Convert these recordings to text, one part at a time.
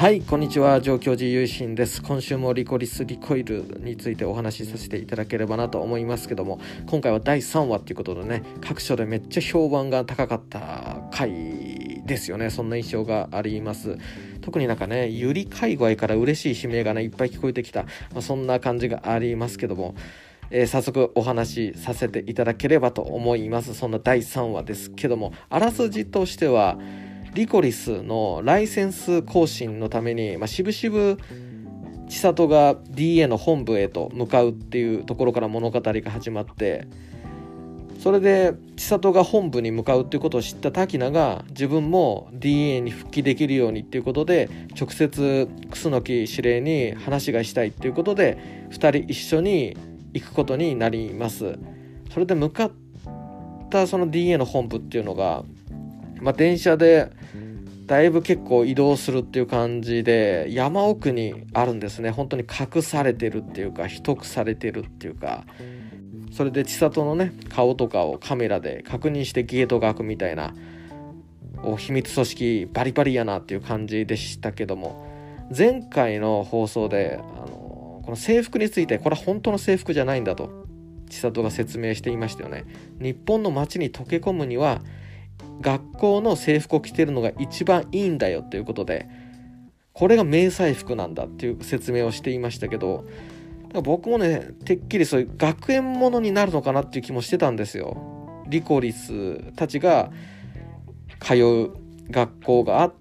はい、こんにちは。上京寺ゆいしんです。今週もリコリスリコイルについてお話しさせていただければなと思いますけども、今回は第3話ということでね、各所でめっちゃ評判が高かった回ですよね。そんな印象があります。特にゆり界隈から嬉しい悲鳴がねいっぱい聞こえてきた、そんな感じがありますけども、早速お話しさせていただければと思います。そんな第3話ですけども、あらすじとしてはリコリスのライセンス更新のために、しぶしぶ千里が DA の本部へと向かうっていうところから物語が始まって、それで千里が本部に向かうっていうことを知った滝名が自分も DA に復帰できるようにっていうことで直接楠木司令に話がしたいっていうことで2人一緒に行くことになります。それで向かったその DA の本部っていうのが、電車でだいぶ結構移動するっていう感じで山奥にあるんですね。本当に隠されてるっていうか秘匿されてるっていうか、それで千里のね顔とかをカメラで確認してゲートが開くみたいな、秘密組織バリバリやなっていう感じでしたけども、前回の放送でこの制服について、これは本当の制服じゃないんだと千里が説明していましたよね。日本の街に溶け込むには学校の制服を着てるのが一番いいんだよということで、これが迷彩服なんだっていう説明をしていましたけど、僕もねてっきりそういう学園ものになるのかなっていう気もしてたんですよ。リコリスたちが通う学校があって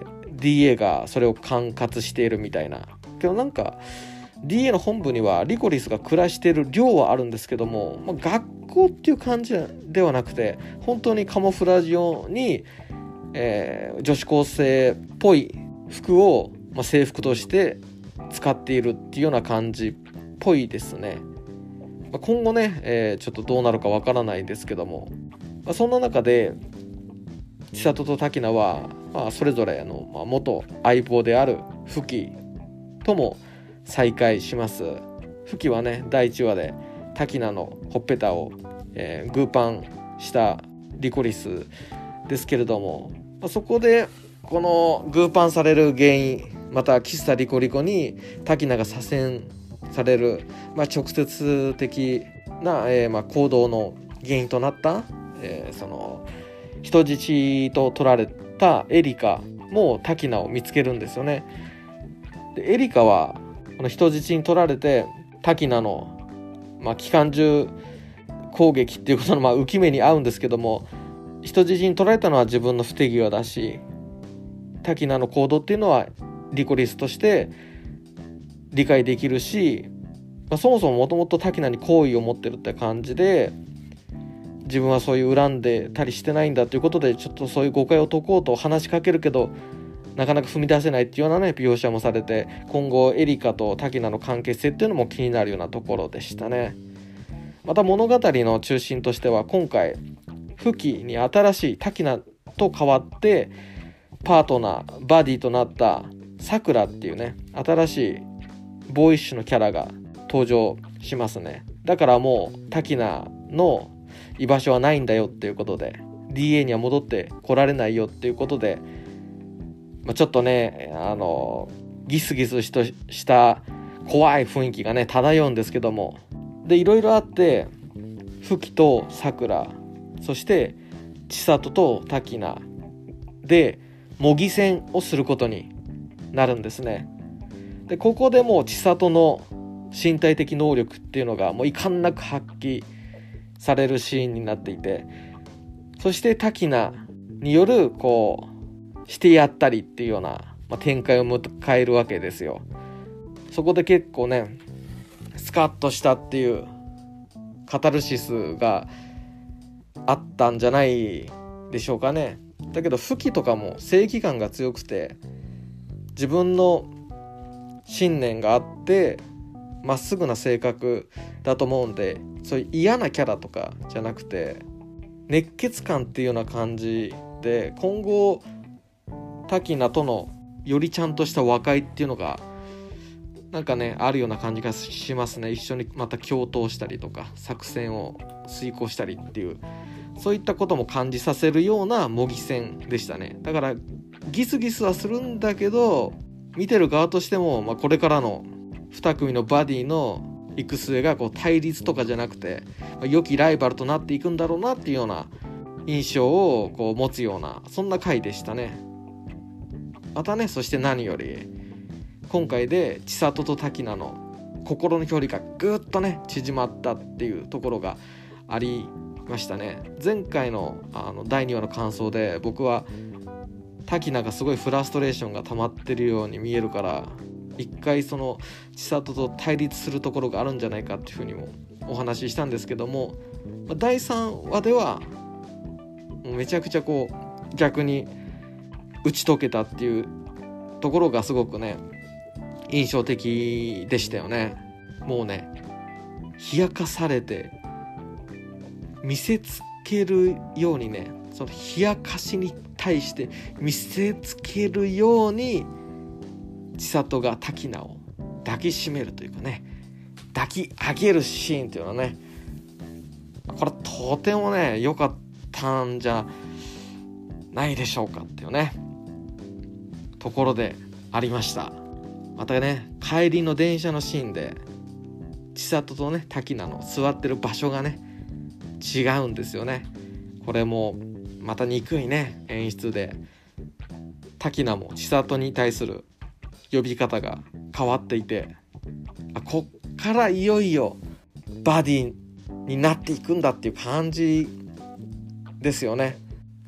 DA がそれを管轄しているみたいな。けどDA の本部にはリコリスが暮らしている寮はあるんですけども、学校っていう感じではなくて本当にカモフラージュ用に、女子高生っぽい服を、制服として使っているっていうような感じっぽいですね。今後ね、ちょっとどうなるかわからないですけども、そんな中で千里と滝名は、それぞれの、元相棒であるフキとも再会します。フキはね第1話で滝名のほっぺたを、グーパンしたリコリスですけれども、そこでこのグーパンされる原因、また喫茶リコリコに滝名が左遷される、直接的な、行動の原因となった、その人質と取られたエリカも滝名を見つけるんですよね。でエリカはこの人質に取られて滝名の、機関銃攻撃っていうことの、浮き目に遭うんですけども、人質に取られたのは自分の不手際だし、滝名の行動っていうのはリコリスとして理解できるし、そもそももともと滝名に好意を持ってるって感じで、自分はそういう恨んでたりしてないんだということでちょっとそういう誤解を解こうと話しかけるけど、なかなか踏み出せないっていうようなね描写もされて、今後エリカと滝名の関係性っていうのも気になるようなところでしたね。また物語の中心としては今回フキに新しい滝名と変わってパートナーバディとなったさくらっていうね新しいボーイッシュのキャラが登場しますね。だからもう滝名の居場所はないんだよっていうことで DA には戻ってこられないよっていうことで、ちょっとねギスギスした怖い雰囲気がね漂うんですけども、でいろいろあってフキとさくら、そして千里と滝名で模擬戦をすることになるんですね。でここでもう千里の身体的能力っていうのがもう遺憾なく発揮されるシーンになっていて、そして滝名によるしてやったりっていうような、展開を迎えるわけですよ。そこで結構ねスカッとしたっていうカタルシスがあったんじゃないでしょうかね。だけどフキとかも正義感が強くて自分の信念があってまっすぐな性格だと思うんで、そういう嫌なキャラとかじゃなくて熱血感っていうような感じで、今後滝名とのよりちゃんとした和解っていうのがあるような感じがしますね。一緒にまた共闘したりとか作戦を遂行したりっていう、そういったことも感じさせるような模擬戦でしたね。だからギスギスはするんだけど見てる側としても、これからの2組のバディの行く末が対立とかじゃなくて、良きライバルとなっていくんだろうなっていうような印象を持つような、そんな回でしたね。またね、そして何より今回で千里と滝名の心の距離がぐっとね縮まったっていうところがありましたね。前回の第2話の感想で、僕は滝名がすごいフラストレーションが溜まってるように見えるから、一回その千里と対立するところがあるんじゃないかっていうふうにもお話ししたんですけども、第3話ではめちゃくちゃ逆に打ち解けたっていうところがすごくね印象的でしたよね。もうね、冷やかされて見せつけるようにね、その冷やかしに対して見せつけるように千里が滝名を抱きしめるというかね、抱き上げるシーンというのはね、これとてもね良かったんじゃないでしょうかっていうねところでありました。またね、帰りの電車のシーンで千里とね滝名の座ってる場所がね違うんですよね。これもまた憎いね演出で、滝名も千里に対する呼び方が変わっていて、こっからいよいよバディになっていくんだっていう感じですよね。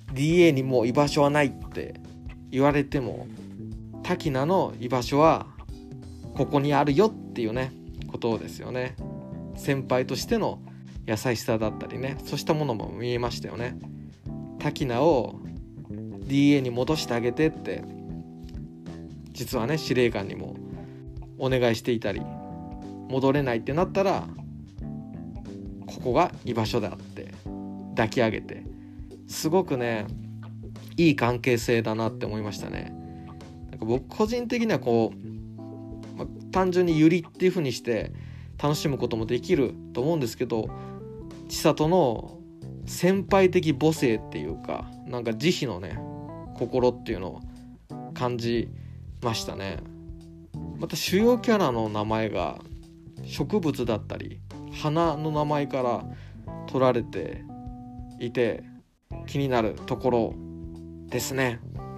DA にもう居場所はないって言われても、滝名の居場所はここにあるよっていうねことですよね。先輩としての優しさだったりね、そうしたものも見えましたよね。滝名を DA に戻してあげてって実はね司令官にもお願いしていたり、戻れないってなったらここが居場所だって抱き上げて、すごくねいい関係性だなって思いましたね。なんか僕個人的には単純にユリっていう風にして楽しむこともできると思うんですけど、千里の先輩的母性っていうか、なんか慈悲のね心っていうのを感じましたね。また主要キャラの名前が植物だったり花の名前から取られていて気になるところですね。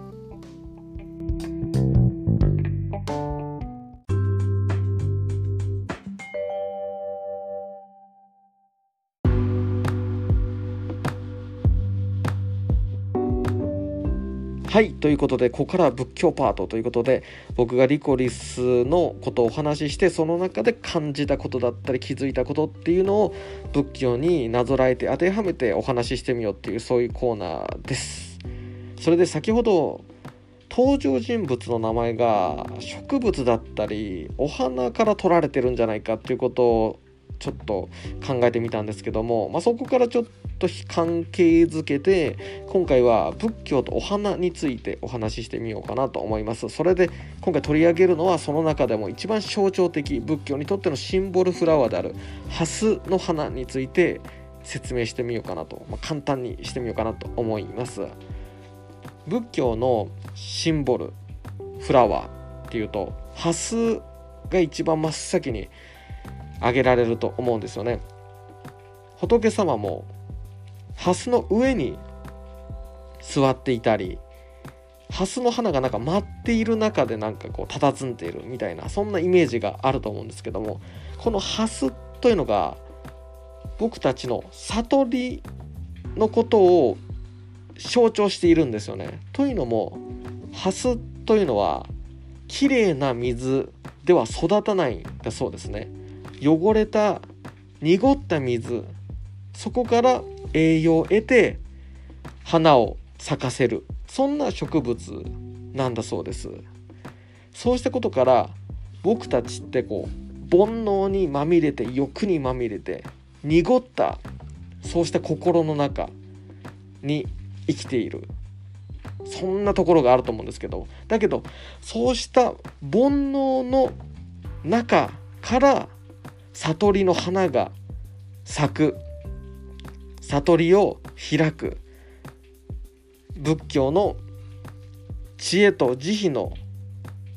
はい、ということでここからは仏教パートということで、僕がリコリスのことをお話しして、その中で感じたことだったり気づいたことっていうのを仏教になぞらえて当てはめてお話ししてみようっていう、そういうコーナーです。それで先ほど登場人物の名前が植物だったりお花から取られてるんじゃないかっていうことをちょっと考えてみたんですけども、そこからちょっと関係づけて今回は仏教とお花についてお話ししてみようかなと思います。それで今回取り上げるのは、その中でも一番象徴的、仏教にとってのシンボルフラワーであるハスの花について説明してみようかなと、簡単にしてみようかなと思います。仏教のシンボルフラワーっていうとハスが一番真っ先に挙げられると思うんですよね。仏様もハスの上に座っていたり、ハスの花がなんか舞っている中でなんか佇んでいるみたいな、そんなイメージがあると思うんですけども、このハスというのが僕たちの悟りのことを象徴しているんですよね。というのもハスというのはきれいな水では育たないんだそうですね。汚れた濁った水、そこから栄養を得て花を咲かせる、そんな植物なんだそうです。そうしたことから僕たちって煩悩にまみれて、欲にまみれて濁ったそうした心の中に生きている、そんなところがあると思うんですけど、だけどそうした煩悩の中から悟りの花が咲く、悟りを開く、仏教の知恵と慈悲の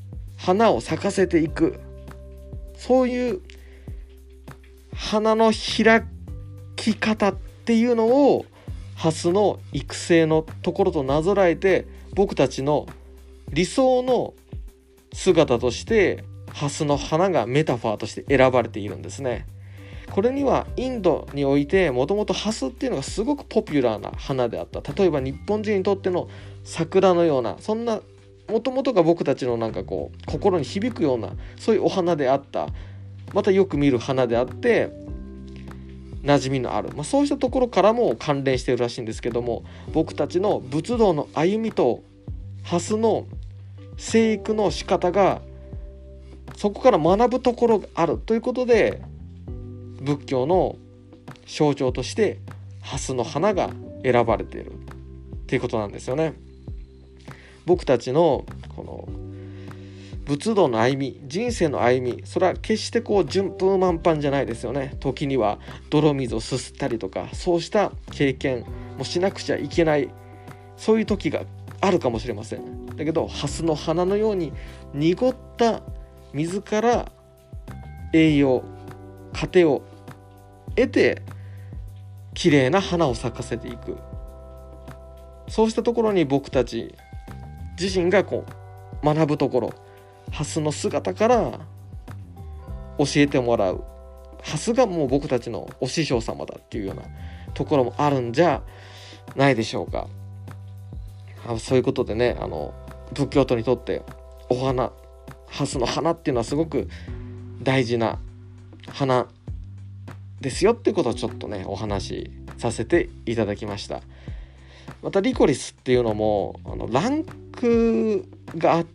花を咲かせていく、そういう花の開き方っていうのをハスの育成のところとなぞらえて、僕たちの理想の姿としてハスの花がメタファーとして選ばれているんですね。これにはインドにおいてもともとハスっていうのがすごくポピュラーな花であった。例えば日本人にとっての桜のような、そんなもともとが僕たちのなんかこう心に響くような、そういうお花であった。またよく見る花であって馴染みのある、そうしたところからも関連しているらしいんですけども、僕たちの仏道の歩みとハスの生育の仕方がそこから学ぶところがあるということで、仏教の象徴としてハスの花が選ばれているっていうことなんですよね。僕たちのこの仏道の歩み、人生の歩み、それは決してこう順風満帆じゃないですよね。時には泥水をすすったりとか、そうした経験もしなくちゃいけない、そういう時があるかもしれません。だけどハスの花のように濁った水から栄養、糧を得て綺麗な花を咲かせていく、そうしたところに僕たち自身がこう学ぶところ、ハスの姿から教えてもらう、ハスがもう僕たちのお師匠様だっていうようなところもあるんじゃないでしょうか。そういうことでね、仏教徒にとってお花、ハスの花っていうのはすごく大事な花ですよっていうことをちょっとねお話しさせていただきました。またリコリスっていうのもランクがあって、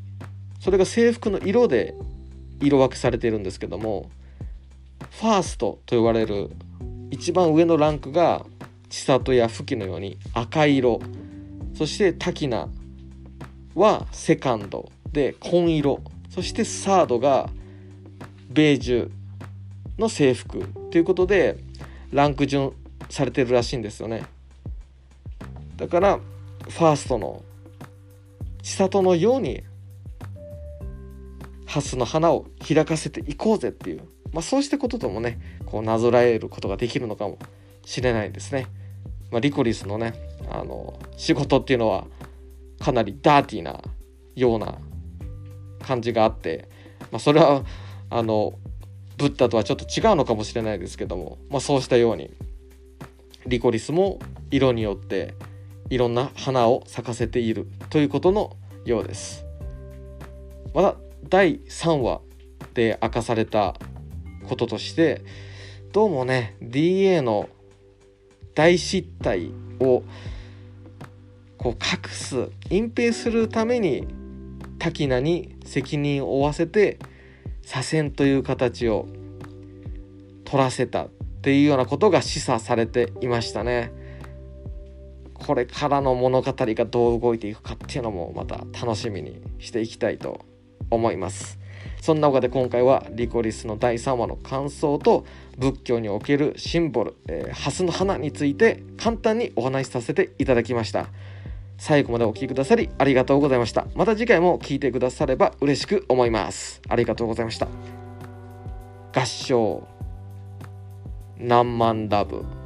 それが制服の色で色分けされているんですけども、ファーストと呼ばれる一番上のランクが千里やフキのように赤色、そしてタキナはセカンドで紺色、そしてサードがベージュの制服ということでランク順されてるらしいんですよね。だからファーストの千里のようにハスの花を開かせていこうぜっていう、そうしたことともねこうなぞらえることができるのかもしれないですね。リコリスのね仕事っていうのはかなりダーティーなような感じがあって、それはブッダとはちょっと違うのかもしれないですけども、そうしたようにリコリスも色によっていろんな花を咲かせているということのようです。また第3話で明かされたこととして、どうもね DA の大失態をこう隠す、隠蔽するためにタキナに責任を負わせて左遷という形を取らせたっていうようなことが示唆されていましたね。これからの物語がどう動いていくかっていうのもまた楽しみにしていきたいと思います。そんなわけで今回はリコリスの第3話の感想と仏教におけるシンボル、ハスの花について簡単にお話しさせていただきました。最後までお聞きくださりありがとうございました。また次回も聞いてくだされば嬉しく思います。ありがとうございました。合唱何万ラブ。